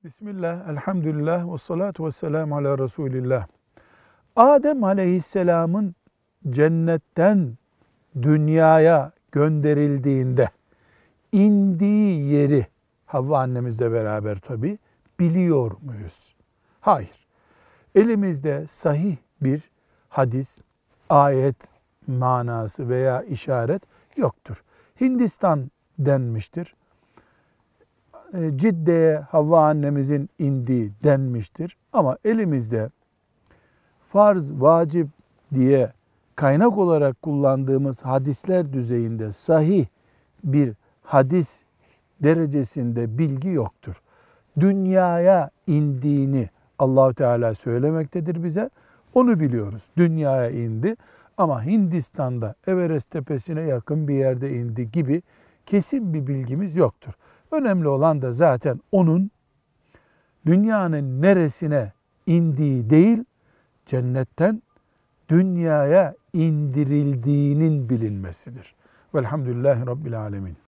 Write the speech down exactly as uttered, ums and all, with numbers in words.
Bismillah, elhamdülillah, ve salatu ve selamu ala Resulillah. Adem aleyhisselamın cennetten dünyaya gönderildiğinde indiği yeri Havva annemizle beraber tabi biliyor muyuz? Hayır. Elimizde sahih bir hadis, ayet manası veya işaret yoktur. Hindistan denmiştir. Cidde'ye Havva annemizin indiği denmiştir. Ama elimizde farz, vacip diye kaynak olarak kullandığımız hadisler düzeyinde sahih bir hadis derecesinde bilgi yoktur. Dünyaya indiğini Allah-u Teala söylemektedir bize. Onu biliyoruz. Dünyaya indi ama Hindistan'da Everest tepesine yakın bir yerde indi gibi kesin bir bilgimiz yoktur. Önemli olan da zaten onun dünyanın neresine indiği değil, cennetten dünyaya indirildiğinin bilinmesidir. Velhamdülillahi Rabbil Alemin.